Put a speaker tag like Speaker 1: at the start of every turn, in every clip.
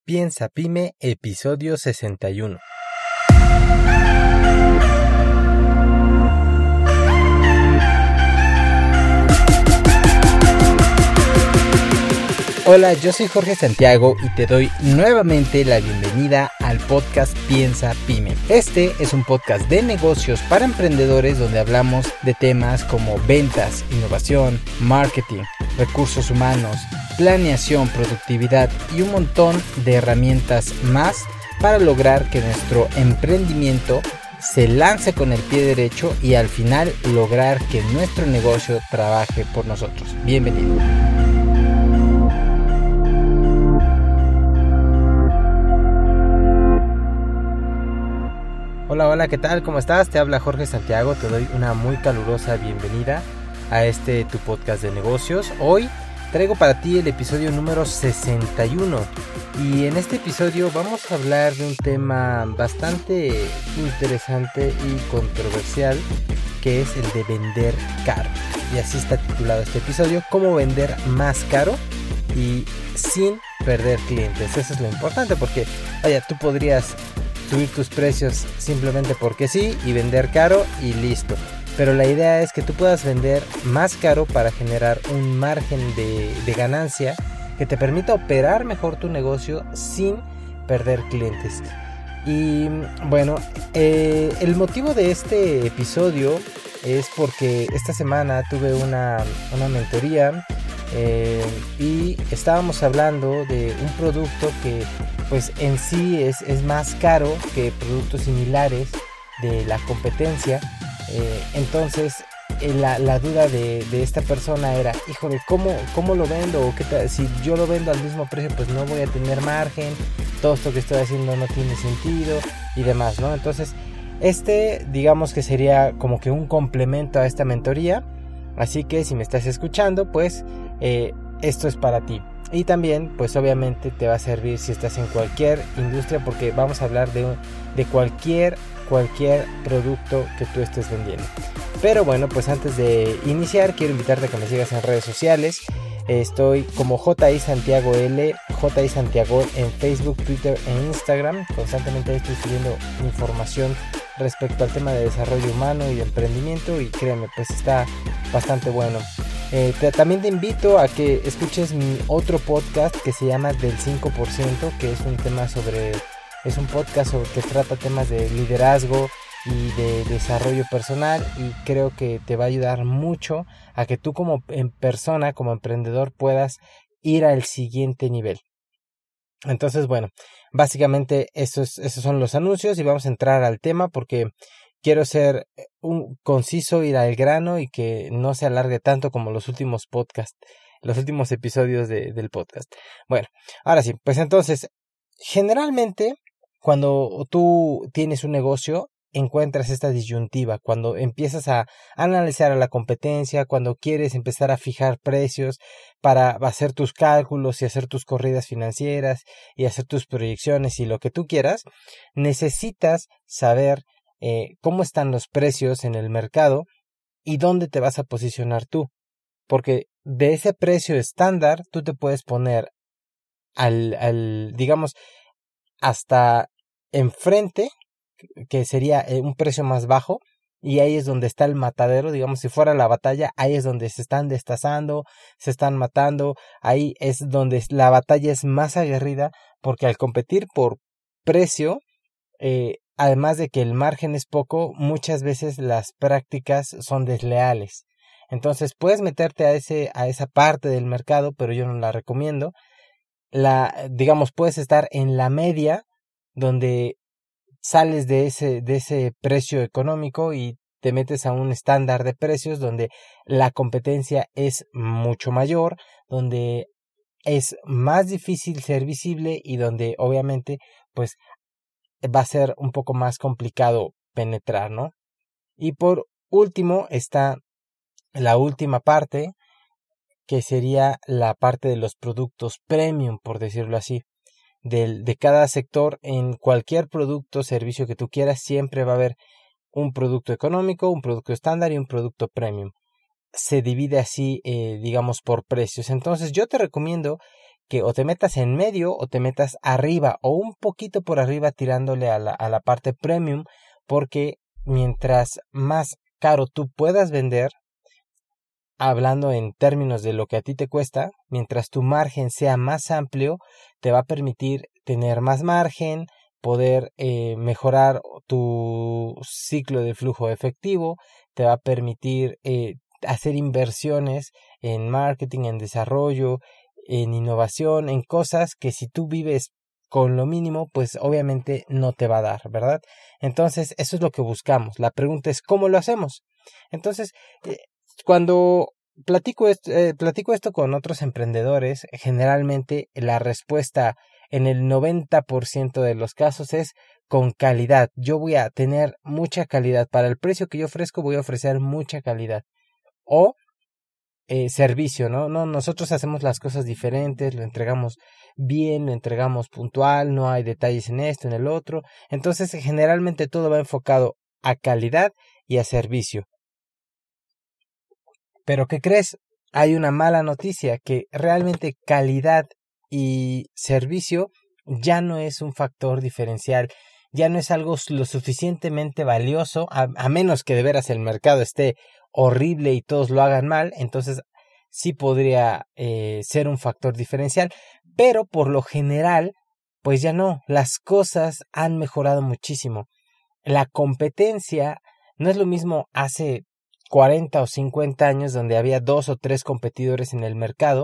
Speaker 1: Piensa Pyme, episodio 61. Hola, yo soy Jorge Santiago y te doy nuevamente la bienvenida al podcast Piensa Pyme. Este es un podcast de negocios para emprendedores donde hablamos de temas como ventas, innovación, marketing, recursos humanos, planeación, productividad y un montón de herramientas más para lograr que nuestro emprendimiento se lance con el pie derecho y al final lograr que nuestro negocio trabaje por nosotros. Bienvenido. Hola, ¿qué tal? ¿Cómo estás? Te habla Jorge Santiago, te doy una muy calurosa bienvenida a tu podcast de negocios. Hoy traigo para ti el episodio número 61 y en este episodio vamos a hablar de un tema bastante interesante y controversial que es el de vender caro. Y así está titulado este episodio, cómo vender más caro y sin perder clientes. Eso es lo importante porque, tú podrías subir tus precios simplemente porque sí y vender caro y listo. Pero la idea es que tú puedas vender más caro para generar un margen de ganancia que te permita operar mejor tu negocio sin perder clientes. Y bueno, el motivo de este episodio es porque esta semana tuve una mentoría y estábamos hablando de un producto que pues en sí es más caro que productos similares de la competencia. Entonces la duda de esta persona era, híjole, ¿cómo lo vendo? ¿O qué tal? Si yo lo vendo al mismo precio, pues no voy a tener margen, todo esto que estoy haciendo no tiene sentido y demás, ¿no? Entonces digamos que sería como que un complemento a esta mentoría. Así que si me estás escuchando, pues esto es para ti. Y también, pues obviamente te va a servir si estás en cualquier industria, porque vamos a hablar de cualquier producto que tú estés vendiendo. Pero bueno, pues antes de iniciar, quiero invitarte a que me sigas en redes sociales. Estoy como JI Santiago L, JI Santiago en Facebook, Twitter e Instagram. Constantemente estoy subiendo información respecto al tema de desarrollo humano y de emprendimiento y créeme, pues está bastante bueno. También te invito a que escuches mi otro podcast que se llama Del 5%, que es un podcast que trata temas de liderazgo y de desarrollo personal, y creo que te va a ayudar mucho a que tú como persona, como emprendedor, puedas ir al siguiente nivel. Entonces, bueno, básicamente esos son los anuncios y vamos a entrar al tema porque quiero ser conciso, ir al grano y que no se alargue tanto como los últimos podcasts, los últimos episodios del podcast. Bueno, ahora sí, pues entonces, generalmente cuando tú tienes un negocio, encuentras esta disyuntiva cuando empiezas a analizar a la competencia, cuando quieres empezar a fijar precios para hacer tus cálculos y hacer tus corridas financieras y hacer tus proyecciones y lo que tú quieras, necesitas saber cómo están los precios en el mercado y dónde te vas a posicionar tú, porque de ese precio estándar tú te puedes poner digamos hasta enfrente, que sería un precio más bajo, y ahí es donde está el matadero. Digamos, si fuera la batalla, ahí es donde se están destazando, se están matando, ahí es donde la batalla es más aguerrida, porque al competir por precio, además de que el margen es poco, muchas veces las prácticas son desleales. Entonces puedes meterte a esa parte del mercado, pero yo no la recomiendo. Digamos, puedes estar en la media, donde sales de ese precio económico y te metes a un estándar de precios donde la competencia es mucho mayor, donde es más difícil ser visible y donde obviamente pues va a ser un poco más complicado penetrar, ¿no? Y por último está la última parte, que sería la parte de los productos premium, por decirlo así. De cada sector, en cualquier producto o servicio que tú quieras, siempre va a haber un producto económico, un producto estándar y un producto premium. Se divide así, digamos, por precios. Entonces yo te recomiendo que o te metas en medio o te metas arriba o un poquito por arriba tirándole a la parte premium, porque mientras más caro tú puedas vender, hablando en términos de lo que a ti te cuesta, mientras tu margen sea más amplio, te va a permitir tener más margen, poder mejorar tu ciclo de flujo efectivo, te va a permitir hacer inversiones en marketing, en desarrollo, en innovación, en cosas que si tú vives con lo mínimo, pues obviamente no te va a dar, ¿verdad? Entonces, eso es lo que buscamos. La pregunta es, ¿cómo lo hacemos? Entonces, cuando platico esto con otros emprendedores, generalmente la respuesta en el 90% de los casos es con calidad. Yo voy a tener mucha calidad. Para el precio que yo ofrezco, voy a ofrecer mucha calidad. O servicio, ¿no? No, nosotros hacemos las cosas diferentes, lo entregamos bien, lo entregamos puntual, no hay detalles en esto, en el otro. Entonces, generalmente todo va enfocado a calidad y a servicio. Pero ¿qué crees? Hay una mala noticia, que realmente calidad y servicio ya no es un factor diferencial, ya no es algo lo suficientemente valioso, a menos que de veras el mercado esté horrible y todos lo hagan mal, entonces sí podría ser un factor diferencial, pero por lo general, pues ya no, las cosas han mejorado muchísimo. La competencia no es lo mismo hace 40 o 50 años, donde había 2 o 3 competidores en el mercado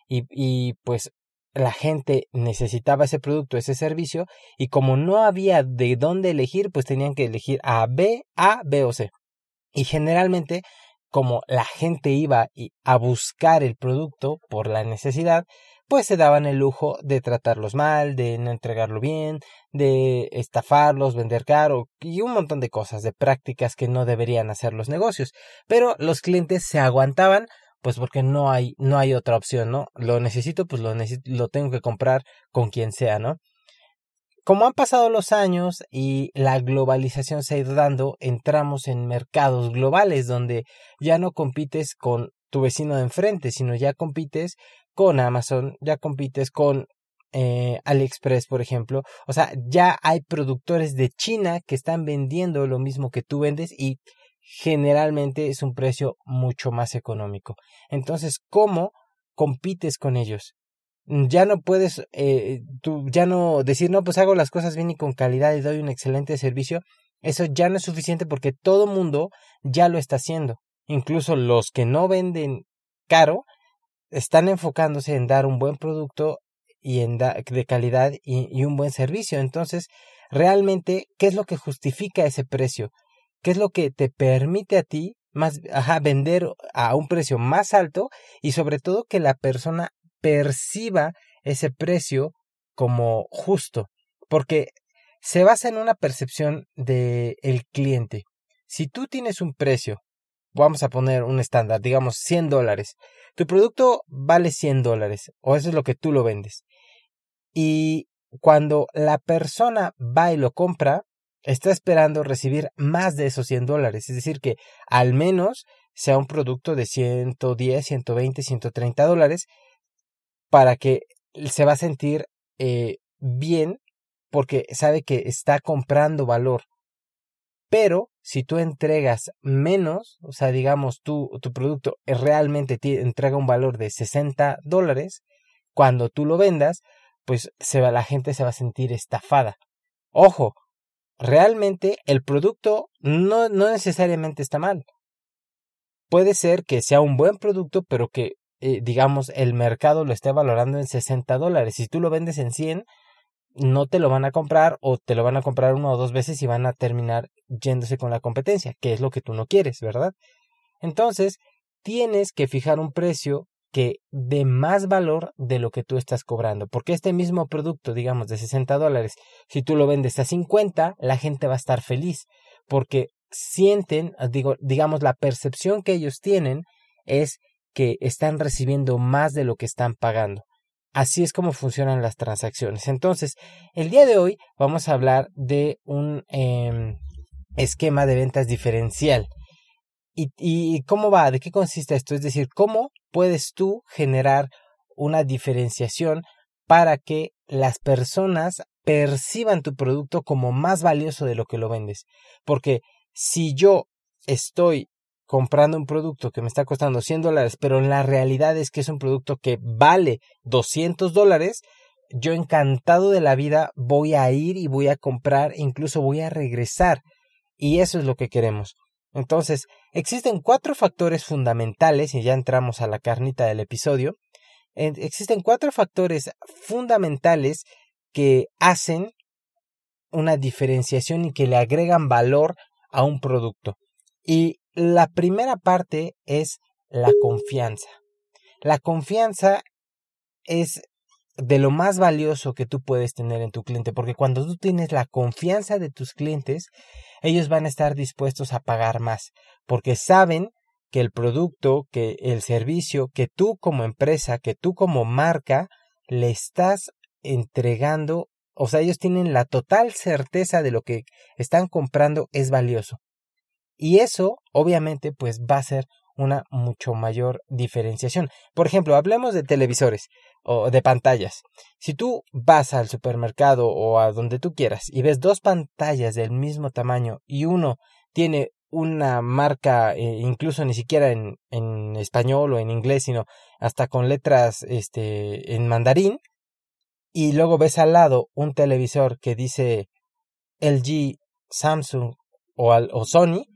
Speaker 1: y pues la gente necesitaba ese producto, ese servicio, y como no había de dónde elegir, pues tenían que elegir A, B o C. Y generalmente, como la gente iba a buscar el producto por la necesidad, pues se daban el lujo de tratarlos mal, de no entregarlo bien, de estafarlos, vender caro y un montón de cosas, de prácticas que no deberían hacer los negocios. Pero los clientes se aguantaban, pues porque no hay otra opción, ¿no? Lo necesito, pues lo tengo que comprar con quien sea, ¿no? Como han pasado los años y la globalización se ha ido dando, entramos en mercados globales donde ya no compites con tu vecino de enfrente, sino ya compites con Amazon, ya compites con AliExpress, por ejemplo. O sea, ya hay productores de China que están vendiendo lo mismo que tú vendes y generalmente es un precio mucho más económico. Entonces, ¿cómo compites con ellos? Ya no puedes, tú ya no decir, no, pues hago las cosas bien y con calidad y doy un excelente servicio. Eso ya no es suficiente porque todo mundo ya lo está haciendo. Incluso los que no venden caro están enfocándose en dar un buen producto y de calidad y un buen servicio. Entonces, realmente, ¿qué es lo que justifica ese precio? ¿Qué es lo que te permite a ti vender a un precio más alto y sobre todo que la persona perciba ese precio como justo? Porque se basa en una percepción del cliente. Si tú tienes un precio, vamos a poner un estándar, digamos $100, tu producto vale $100 o eso es lo que tú lo vendes, y cuando la persona va y lo compra, está esperando recibir más de esos $100, es decir que al menos sea un producto de 110, 120, $130, para que se va a sentir bien porque sabe que está comprando valor. Pero si tú entregas menos, o sea, digamos, tu producto realmente entrega un valor de $60, cuando tú lo vendas, pues la gente se va a sentir estafada. Ojo, realmente el producto no necesariamente está mal. Puede ser que sea un buen producto, pero que, digamos, el mercado lo esté valorando en $60. Si tú lo vendes en 100, no te lo van a comprar o te lo van a comprar 1 o 2 veces y van a terminar yéndose con la competencia, que es lo que tú no quieres, ¿verdad? Entonces, tienes que fijar un precio que dé más valor de lo que tú estás cobrando, porque este mismo producto, digamos, de $60, si tú lo vendes a 50, la gente va a estar feliz, porque sienten, digamos, la percepción que ellos tienen es que están recibiendo más de lo que están pagando. Así es como funcionan las transacciones. Entonces, el día de hoy vamos a hablar de un esquema de ventas diferencial. ¿Y cómo va? ¿De qué consiste esto? Es decir, ¿cómo puedes tú generar una diferenciación para que las personas perciban tu producto como más valioso de lo que lo vendes. Porque si yo estoy comprando un producto que me está costando $100, pero en la realidad es que es un producto que vale $200, yo encantado de la vida voy a ir y voy a comprar, incluso voy a regresar. Y eso es lo que queremos. Entonces, existen 4 factores fundamentales, y ya entramos a la carnita del episodio. Existen 4 factores fundamentales que hacen una diferenciación y que le agregan valor a un producto. Y la primera parte es la confianza. La confianza es de lo más valioso que tú puedes tener en tu cliente, porque cuando tú tienes la confianza de tus clientes, ellos van a estar dispuestos a pagar más, porque saben que el producto, que el servicio, que tú como empresa, que tú como marca, le estás entregando, o sea, ellos tienen la total certeza de lo que están comprando es valioso. Y eso, obviamente, pues va a ser una mucho mayor diferenciación. Por ejemplo, hablemos de televisores o de pantallas. Si tú vas al supermercado o a donde tú quieras y ves 2 pantallas del mismo tamaño y uno tiene una marca, incluso ni siquiera en español o en inglés, sino hasta con letras en mandarín, y luego ves al lado un televisor que dice LG, Samsung o Sony,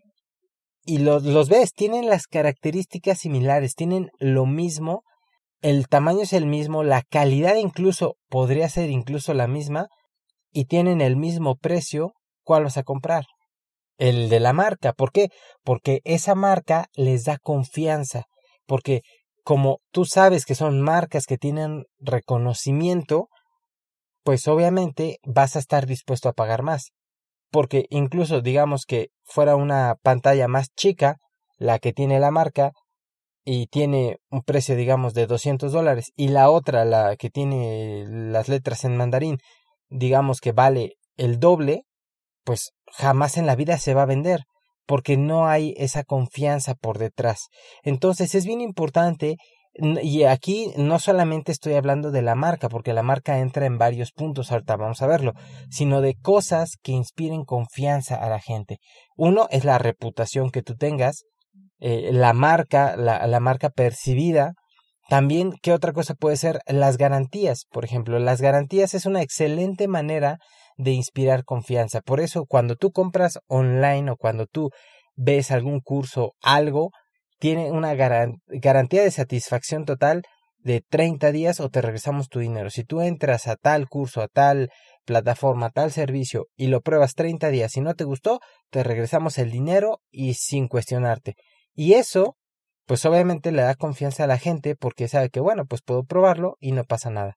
Speaker 1: y los ves, tienen las características similares, tienen lo mismo, el tamaño es el mismo, la calidad incluso podría ser incluso la misma, y tienen el mismo precio. ¿Cuál vas a comprar? El de la marca. ¿Por qué? Porque esa marca les da confianza, porque como tú sabes que son marcas que tienen reconocimiento, pues obviamente vas a estar dispuesto a pagar más. Porque incluso digamos que fuera una pantalla más chica, la que tiene la marca, y tiene un precio digamos de $200, y la otra, la que tiene las letras en mandarín, digamos que vale el doble, pues jamás en la vida se va a vender, porque no hay esa confianza por detrás. Entonces es bien importante, y aquí no solamente estoy hablando de la marca, porque la marca entra en varios puntos, ahorita vamos a verlo, sino de cosas que inspiren confianza a la gente. Uno es la reputación que tú tengas, la marca, la marca percibida. También, ¿qué otra cosa puede ser? Las garantías. Por ejemplo, las garantías es una excelente manera de inspirar confianza. Por eso, cuando tú compras online o cuando tú ves algún curso, algo, tiene una garantía de satisfacción total de 30 días o te regresamos tu dinero. Si tú entras a tal curso, a tal plataforma, a tal servicio y lo pruebas 30 días y no te gustó, te regresamos el dinero y sin cuestionarte. Y eso, pues obviamente le da confianza a la gente porque sabe que, bueno, pues puedo probarlo y no pasa nada.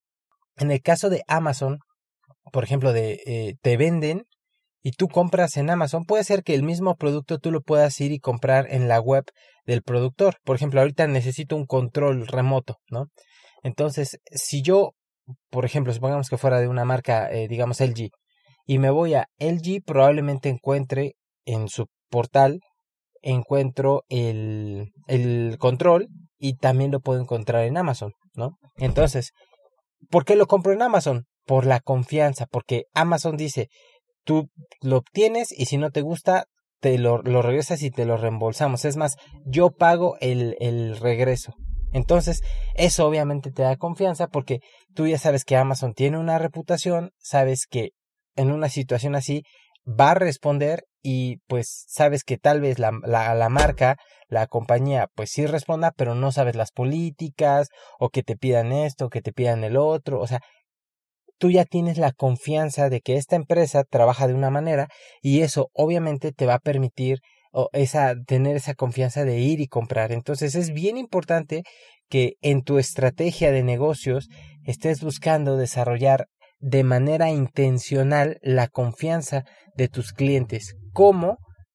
Speaker 1: En el caso de Amazon, por ejemplo, te venden y tú compras en Amazon, puede ser que el mismo producto tú lo puedas ir y comprar en la web del productor. Por ejemplo, ahorita necesito un control remoto, ¿no? Entonces, si yo, por ejemplo, supongamos que fuera de una marca, digamos LG, y me voy a LG, probablemente encuentre en su portal, encuentro el control y también lo puedo encontrar en Amazon, ¿no? Entonces, ¿por qué lo compro en Amazon? Por la confianza, porque Amazon dice, tú lo obtienes y si no te gusta, te lo regresas y te lo reembolsamos. Es más, yo pago el regreso. Entonces, eso obviamente te da confianza porque tú ya sabes que Amazon tiene una reputación, sabes que en una situación así va a responder y pues sabes que tal vez la marca, la compañía, pues sí responda, pero no sabes las políticas o que te pidan esto, o que te pidan el otro. O sea, tú ya tienes la confianza de que esta empresa trabaja de una manera y eso obviamente te va a permitir tener esa confianza de ir y comprar. Entonces es bien importante que en tu estrategia de negocios estés buscando desarrollar de manera intencional la confianza de tus clientes. ¿Cómo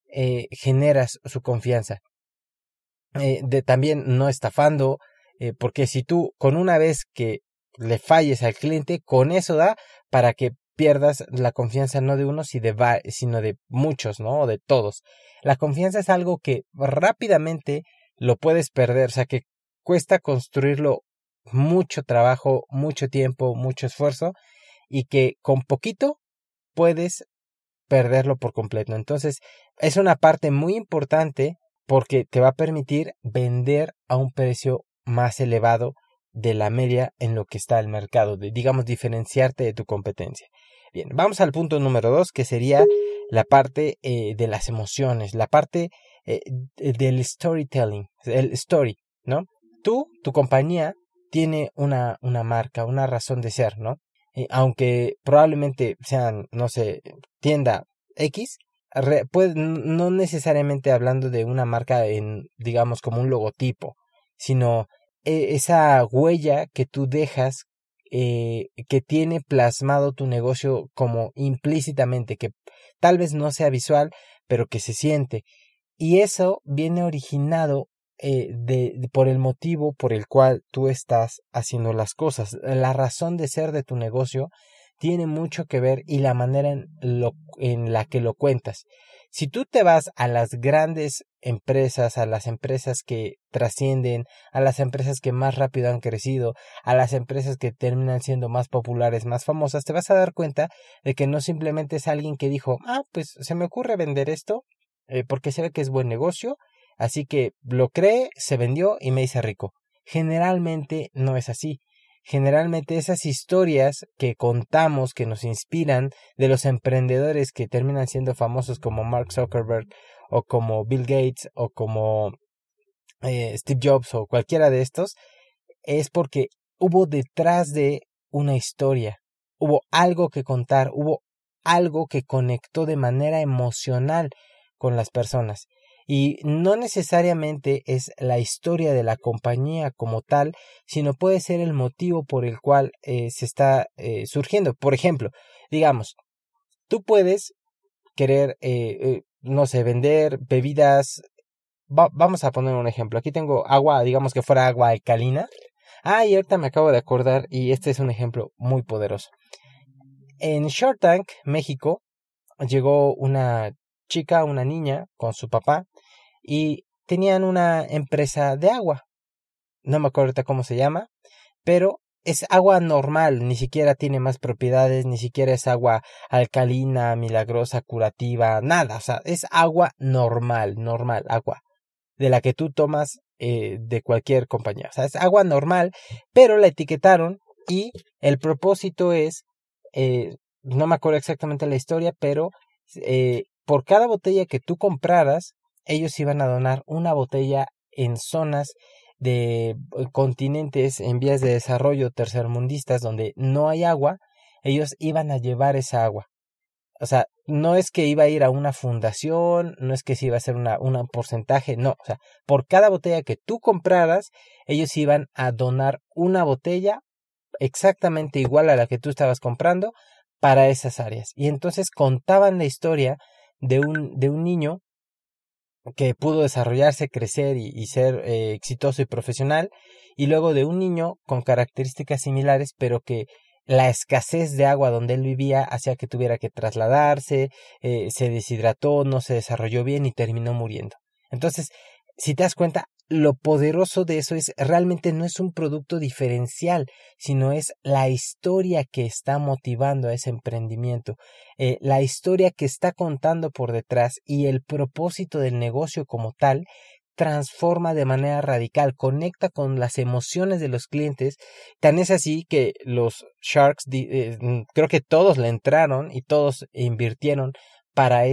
Speaker 1: generas su confianza? También no estafando, porque si tú con una vez que le falles al cliente, con eso da para que pierdas la confianza no de uno sino de muchos, ¿no? O de todos. La confianza es algo que rápidamente lo puedes perder, o sea que cuesta construirlo mucho trabajo, mucho tiempo, mucho esfuerzo y que con poquito puedes perderlo por completo. Entonces es una parte muy importante porque te va a permitir vender a un precio más elevado de la media en lo que está el mercado, digamos diferenciarte de tu competencia. Bien, vamos al punto número 2, que sería la parte de las emociones, la parte del storytelling, el story, ¿no? Tu compañía tiene una marca, una razón de ser, ¿no? Aunque probablemente sean, no sé, tienda X, no necesariamente hablando de una marca digamos, como un logotipo, sino esa huella que tú dejas, que tiene plasmado tu negocio como implícitamente, que tal vez no sea visual, pero que se siente. Y eso viene originado por el motivo por el cual tú estás haciendo las cosas. La razón de ser de tu negocio tiene mucho que ver y la manera en la que lo cuentas. Si tú te vas a las grandes empresas, a las empresas que trascienden, a las empresas que más rápido han crecido, a las empresas que terminan siendo más populares, más famosas, te vas a dar cuenta de que no simplemente es alguien que dijo, pues se me ocurre vender esto porque se ve que es buen negocio, así que lo creé, se vendió y me hice rico. Generalmente no es así. Generalmente esas historias que contamos, que nos inspiran de los emprendedores que terminan siendo famosos como Mark Zuckerberg o como Bill Gates o como Steve Jobs o cualquiera de estos, es porque hubo detrás de una historia, hubo algo que contar, hubo algo que conectó de manera emocional con las personas. Y no necesariamente es la historia de la compañía como tal, sino puede ser el motivo por el cual se está surgiendo. Por ejemplo, digamos, tú puedes querer, no sé, vender bebidas. Vamos a poner un ejemplo. Aquí tengo agua, digamos que fuera agua alcalina. Y ahorita me acabo de acordar y este es un ejemplo muy poderoso. En Shark Tank, México, llegó una chica, una niña, con su papá y tenían una empresa de agua. No me acuerdo cómo se llama, pero es agua normal, ni siquiera tiene más propiedades, ni siquiera es agua alcalina, milagrosa, curativa, nada, o sea, es agua normal, agua de la que tú tomas de cualquier compañía, o sea, es agua normal, pero la etiquetaron y el propósito es, no me acuerdo exactamente la historia, pero por cada botella que tú compraras, ellos iban a donar una botella en zonas de continentes en vías de desarrollo tercermundistas donde no hay agua, ellos iban a llevar esa agua. O sea, no es que iba a ir a una fundación, no es que se iba a hacer un porcentaje, no. O sea, por cada botella que tú compraras, ellos iban a donar una botella exactamente igual a la que tú estabas comprando para esas áreas. Y entonces contaban la historia de un niño que pudo desarrollarse, crecer y ser exitoso y profesional, y luego de un niño con características similares, pero que la escasez de agua donde él vivía hacía que tuviera que trasladarse, se deshidrató, no se desarrolló bien y terminó muriendo. Entonces, si te das cuenta, lo poderoso de eso es realmente no es un producto diferencial, sino es la historia que está motivando a ese emprendimiento, la historia que está contando por detrás y el propósito del negocio como tal transforma de manera radical, conecta con las emociones de los clientes. Tan es así que los Sharks, creo que todos le entraron y todos invirtieron para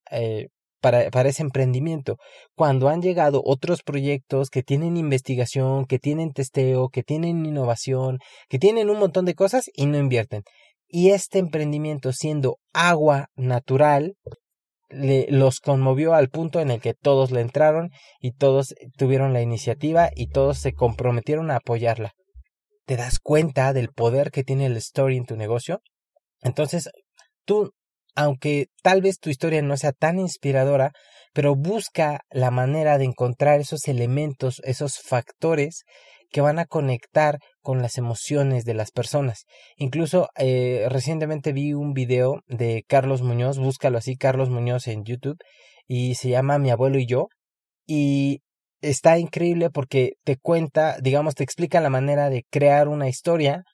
Speaker 1: para ese emprendimiento. Cuando han llegado otros proyectos que tienen investigación, que tienen testeo, que tienen innovación, que tienen un montón de cosas y no invierten. Y este emprendimiento, siendo agua natural, los conmovió al punto en el que todos le entraron y todos tuvieron la iniciativa y todos se comprometieron a apoyarla. ¿Te das cuenta del poder que tiene el story en tu negocio? Entonces, tú, aunque tal vez tu historia no sea tan inspiradora, pero busca la manera de encontrar esos elementos, esos factores que van a conectar con las emociones de las personas. Incluso recientemente vi un video de Carlos Muñoz, búscalo así, Carlos Muñoz en YouTube, y se llama Mi abuelo y yo, y está increíble porque te cuenta, digamos, te explica la manera de crear una historia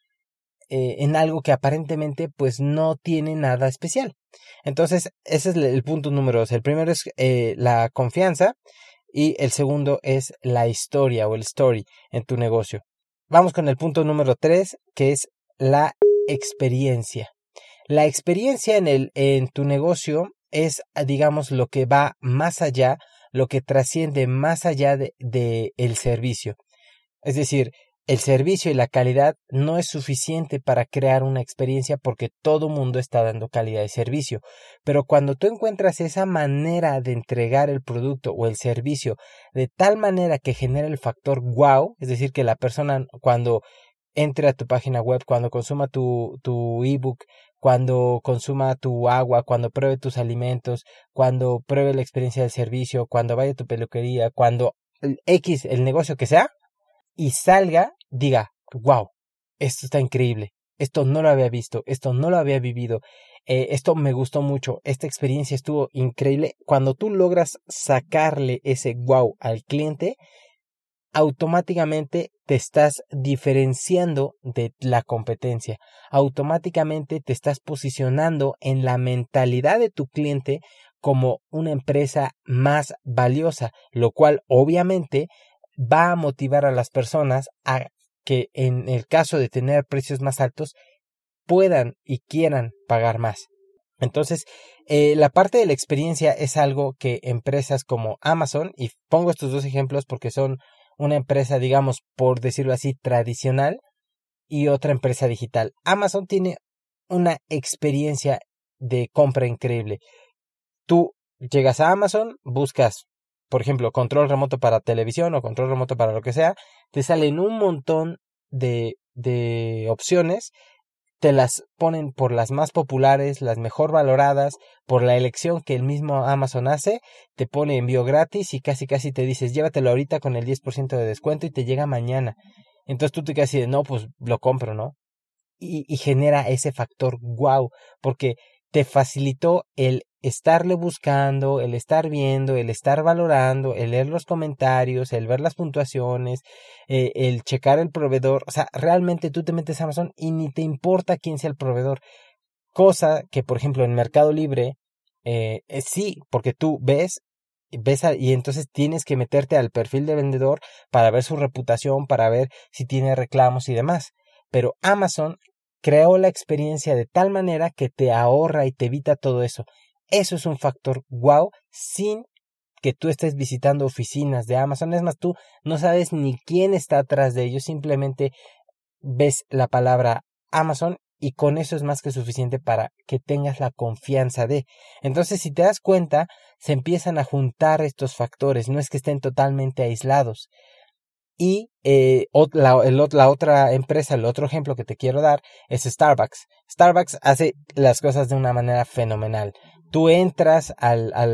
Speaker 1: en algo que aparentemente pues no tiene nada especial. Entonces, ese es el punto número 2. El primero es la confianza y el segundo es la historia o el story en tu negocio. Vamos con el punto número 3, que es la experiencia. La experiencia en tu negocio es, digamos, lo que va más allá, lo que trasciende más allá de el servicio. Es decir, el servicio y la calidad no es suficiente para crear una experiencia porque todo mundo está dando calidad de servicio. Pero cuando tú encuentras esa manera de entregar el producto o el servicio de tal manera que genera el factor wow, es decir, que la persona cuando entre a tu página web, cuando consuma tu ebook, cuando consuma tu agua, cuando pruebe tus alimentos, cuando pruebe la experiencia del servicio, cuando vaya a tu peluquería, cuando el negocio que sea, y salga, diga, wow, esto está increíble, esto no lo había visto, esto no lo había vivido, esto me gustó mucho, esta experiencia estuvo increíble. Cuando tú logras sacarle ese wow al cliente, automáticamente te estás diferenciando de la competencia, automáticamente te estás posicionando en la mentalidad de tu cliente como una empresa más valiosa, lo cual obviamente va a motivar a las personas a que en el caso de tener precios más altos puedan y quieran pagar más. Entonces, la parte de la experiencia es algo que empresas como Amazon, y pongo estos dos ejemplos porque son una empresa, digamos, por decirlo así, tradicional y otra empresa digital. Amazon tiene una experiencia de compra increíble. Tú llegas a Amazon, buscas, por ejemplo, control remoto para televisión o control remoto para lo que sea, te salen un montón de opciones, te las ponen por las más populares, las mejor valoradas, por la elección que el mismo Amazon hace, te pone envío gratis y casi te dices, llévatelo ahorita con el 10% de descuento y te llega mañana. Entonces tú te quedas así de, no, pues lo compro, ¿no? Y genera ese factor wow, porque te facilitó el estarle buscando, el estar viendo, el estar valorando, el leer los comentarios, el ver las puntuaciones, el checar el proveedor. O sea, realmente tú te metes a Amazon y ni te importa quién sea el proveedor. Cosa que, por ejemplo, en Mercado Libre, sí, porque tú ves y entonces tienes que meterte al perfil de vendedor para ver su reputación, para ver si tiene reclamos y demás. Pero Amazon creó la experiencia de tal manera que te ahorra y te evita todo eso. Eso es un factor wow sin que tú estés visitando oficinas de Amazon. Es más, tú no sabes ni quién está atrás de ellos, simplemente ves la palabra Amazon y con eso es más que suficiente para que tengas la confianza de. Entonces, si te das cuenta, se empiezan a juntar estos factores, no es que estén totalmente aislados. Y la otra empresa, el otro ejemplo que te quiero dar es Starbucks. Starbucks hace las cosas de una manera fenomenal. Tú entras a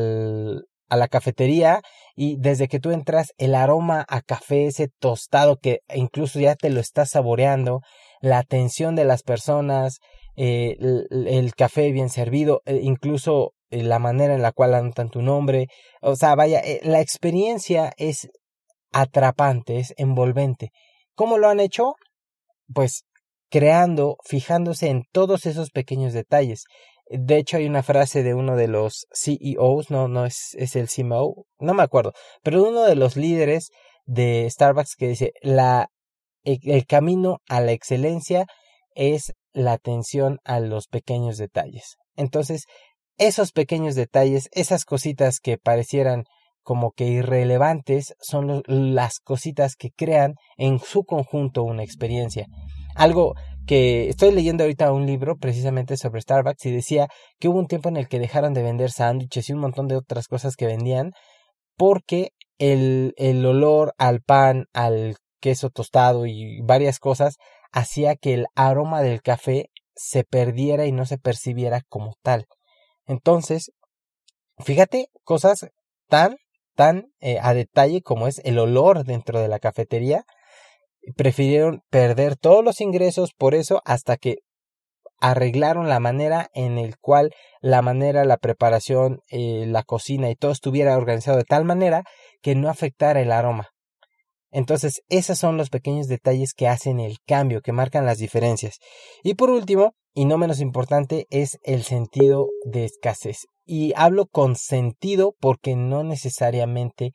Speaker 1: la cafetería y desde que tú entras el aroma a café, ese tostado que incluso ya te lo estás saboreando, la atención de las personas, el café bien servido, incluso la manera en la cual anotan tu nombre. O sea, vaya, la experiencia es atrapante, es envolvente. ¿Cómo lo han hecho? Pues fijándose en todos esos pequeños detalles. De hecho, hay una frase de uno de los CEOs, no es el CMO, no me acuerdo, pero uno de los líderes de Starbucks que dice, el camino a la excelencia es la atención a los pequeños detalles. Entonces, esos pequeños detalles, esas cositas que parecieran como que irrelevantes, son las cositas que crean en su conjunto una experiencia. Algo que estoy leyendo ahorita un libro precisamente sobre Starbucks y decía que hubo un tiempo en el que dejaron de vender sándwiches y un montón de otras cosas que vendían porque el olor al pan, al queso tostado y varias cosas hacía que el aroma del café se perdiera y no se percibiera como tal. Entonces, fíjate, cosas tan a detalle como es el olor dentro de la cafetería, prefirieron perder todos los ingresos por eso hasta que arreglaron la manera en el cual la preparación, la cocina y todo estuviera organizado de tal manera que no afectara el aroma. Entonces, esos son los pequeños detalles que hacen el cambio, que marcan las diferencias. Y por último, y no menos importante, es el sentido de escasez. Y hablo con sentido porque no necesariamente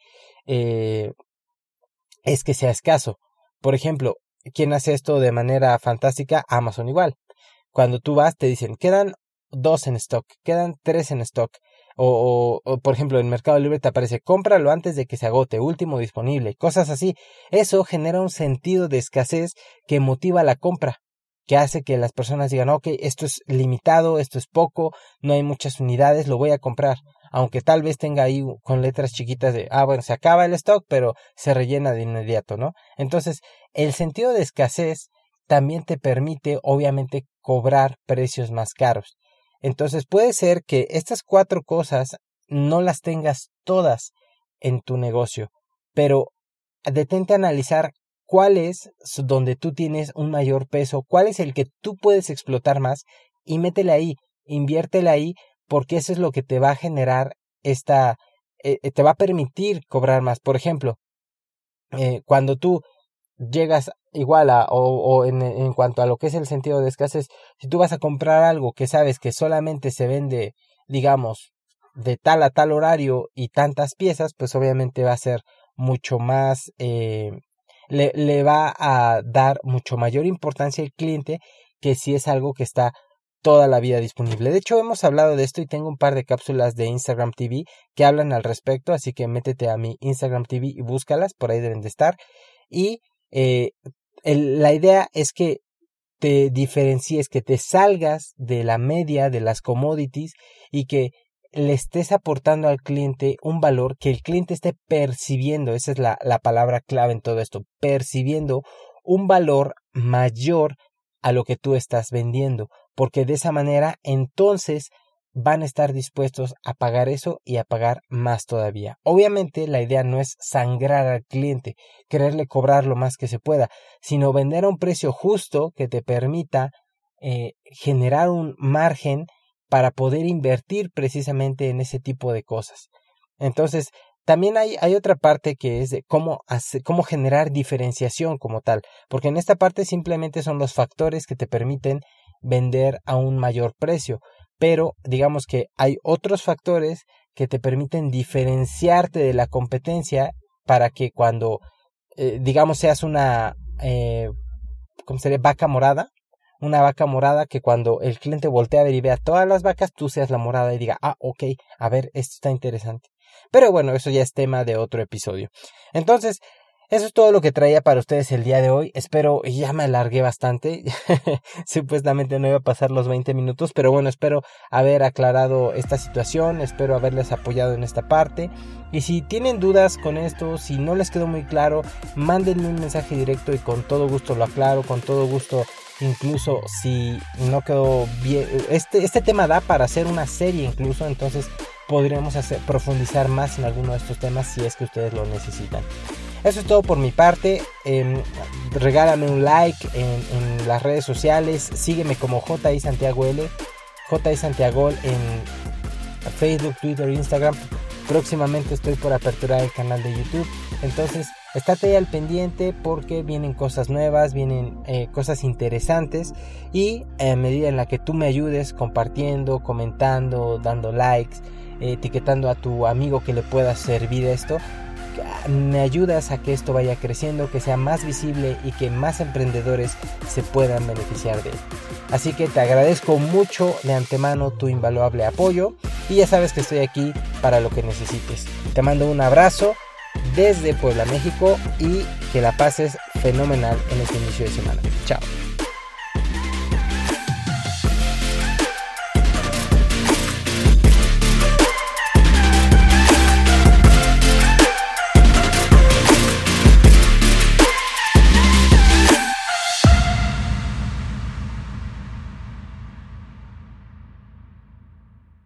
Speaker 1: es que sea escaso. Por ejemplo, ¿quién hace esto de manera fantástica? Amazon igual. Cuando tú vas te dicen, quedan 2 en stock, quedan 3 en stock. O por ejemplo, en Mercado Libre te aparece, cómpralo antes de que se agote, último disponible, cosas así. Eso genera un sentido de escasez que motiva la compra, que hace que las personas digan, ok, esto es limitado, esto es poco, no hay muchas unidades, lo voy a comprar. Aunque tal vez tenga ahí con letras chiquitas de, bueno, se acaba el stock, pero se rellena de inmediato, ¿no? Entonces, el sentido de escasez también te permite, obviamente, cobrar precios más caros. Entonces puede ser que estas 4 cosas no las tengas todas en tu negocio, pero detente a analizar cuál es donde tú tienes un mayor peso, cuál es el que tú puedes explotar más y métele ahí, inviértele ahí, porque eso es lo que te va a generar te va a permitir cobrar más. Por ejemplo, cuando tú llegas igual en cuanto a lo que es el sentido de escasez, si tú vas a comprar algo que sabes que solamente se vende, digamos, de tal a tal horario y tantas piezas, pues obviamente va a ser mucho más, le va a dar mucho mayor importancia al cliente que si es algo que está toda la vida disponible. De hecho, hemos hablado de esto y tengo un par de cápsulas de Instagram TV que hablan al respecto, así que métete a mi Instagram TV y búscalas, por ahí deben de estar. Y la idea es que te diferencies, que te salgas de la media de las commodities y que le estés aportando al cliente un valor que el cliente esté percibiendo. Esa es la palabra clave en todo esto, percibiendo un valor mayor a lo que tú estás vendiendo, porque de esa manera entonces van a estar dispuestos a pagar eso y a pagar más todavía. Obviamente la idea no es sangrar al cliente, quererle cobrar lo más que se pueda, sino vender a un precio justo que te permita generar un margen para poder invertir precisamente en ese tipo de cosas. Entonces, también hay otra parte que es de cómo generar diferenciación como tal, porque en esta parte simplemente son los factores que te permiten vender a un mayor precio, pero digamos que hay otros factores que te permiten diferenciarte de la competencia para que cuando, digamos, seas una, ¿cómo sería? Vaca morada. Una vaca morada que cuando el cliente voltea a ver y vea todas las vacas, tú seas la morada y diga, ok, a ver, esto está interesante. Pero bueno, eso ya es tema de otro episodio. Entonces, eso es todo lo que traía para ustedes el día de hoy. Espero, ya me alargué bastante. Supuestamente no iba a pasar los 20 minutos, pero bueno, espero haber aclarado esta situación, espero haberles apoyado en esta parte. Y si tienen dudas con esto, si no les quedó muy claro, mándenme un mensaje directo y con todo gusto lo aclaro, con todo gusto. Incluso si no quedó bien, este tema da para hacer una serie incluso, entonces podremos profundizar más en alguno de estos temas si es que ustedes lo necesitan. Eso es todo por mi parte. Regálame un like en las redes sociales, sígueme como JI Santiago L, JI Santiago en Facebook, Twitter, Instagram. Próximamente estoy por aperturar el canal de YouTube, entonces estate ahí al pendiente porque vienen cosas nuevas, vienen cosas interesantes y a medida en la que tú me ayudes compartiendo, comentando, dando likes, etiquetando a tu amigo que le pueda servir esto, me ayudas a que esto vaya creciendo, que sea más visible y que más emprendedores se puedan beneficiar de él. Así que te agradezco mucho de antemano tu invaluable apoyo y ya sabes que estoy aquí para lo que necesites. Te mando un abrazo desde Puebla, México y que la pases fenomenal en este inicio de semana. Chao.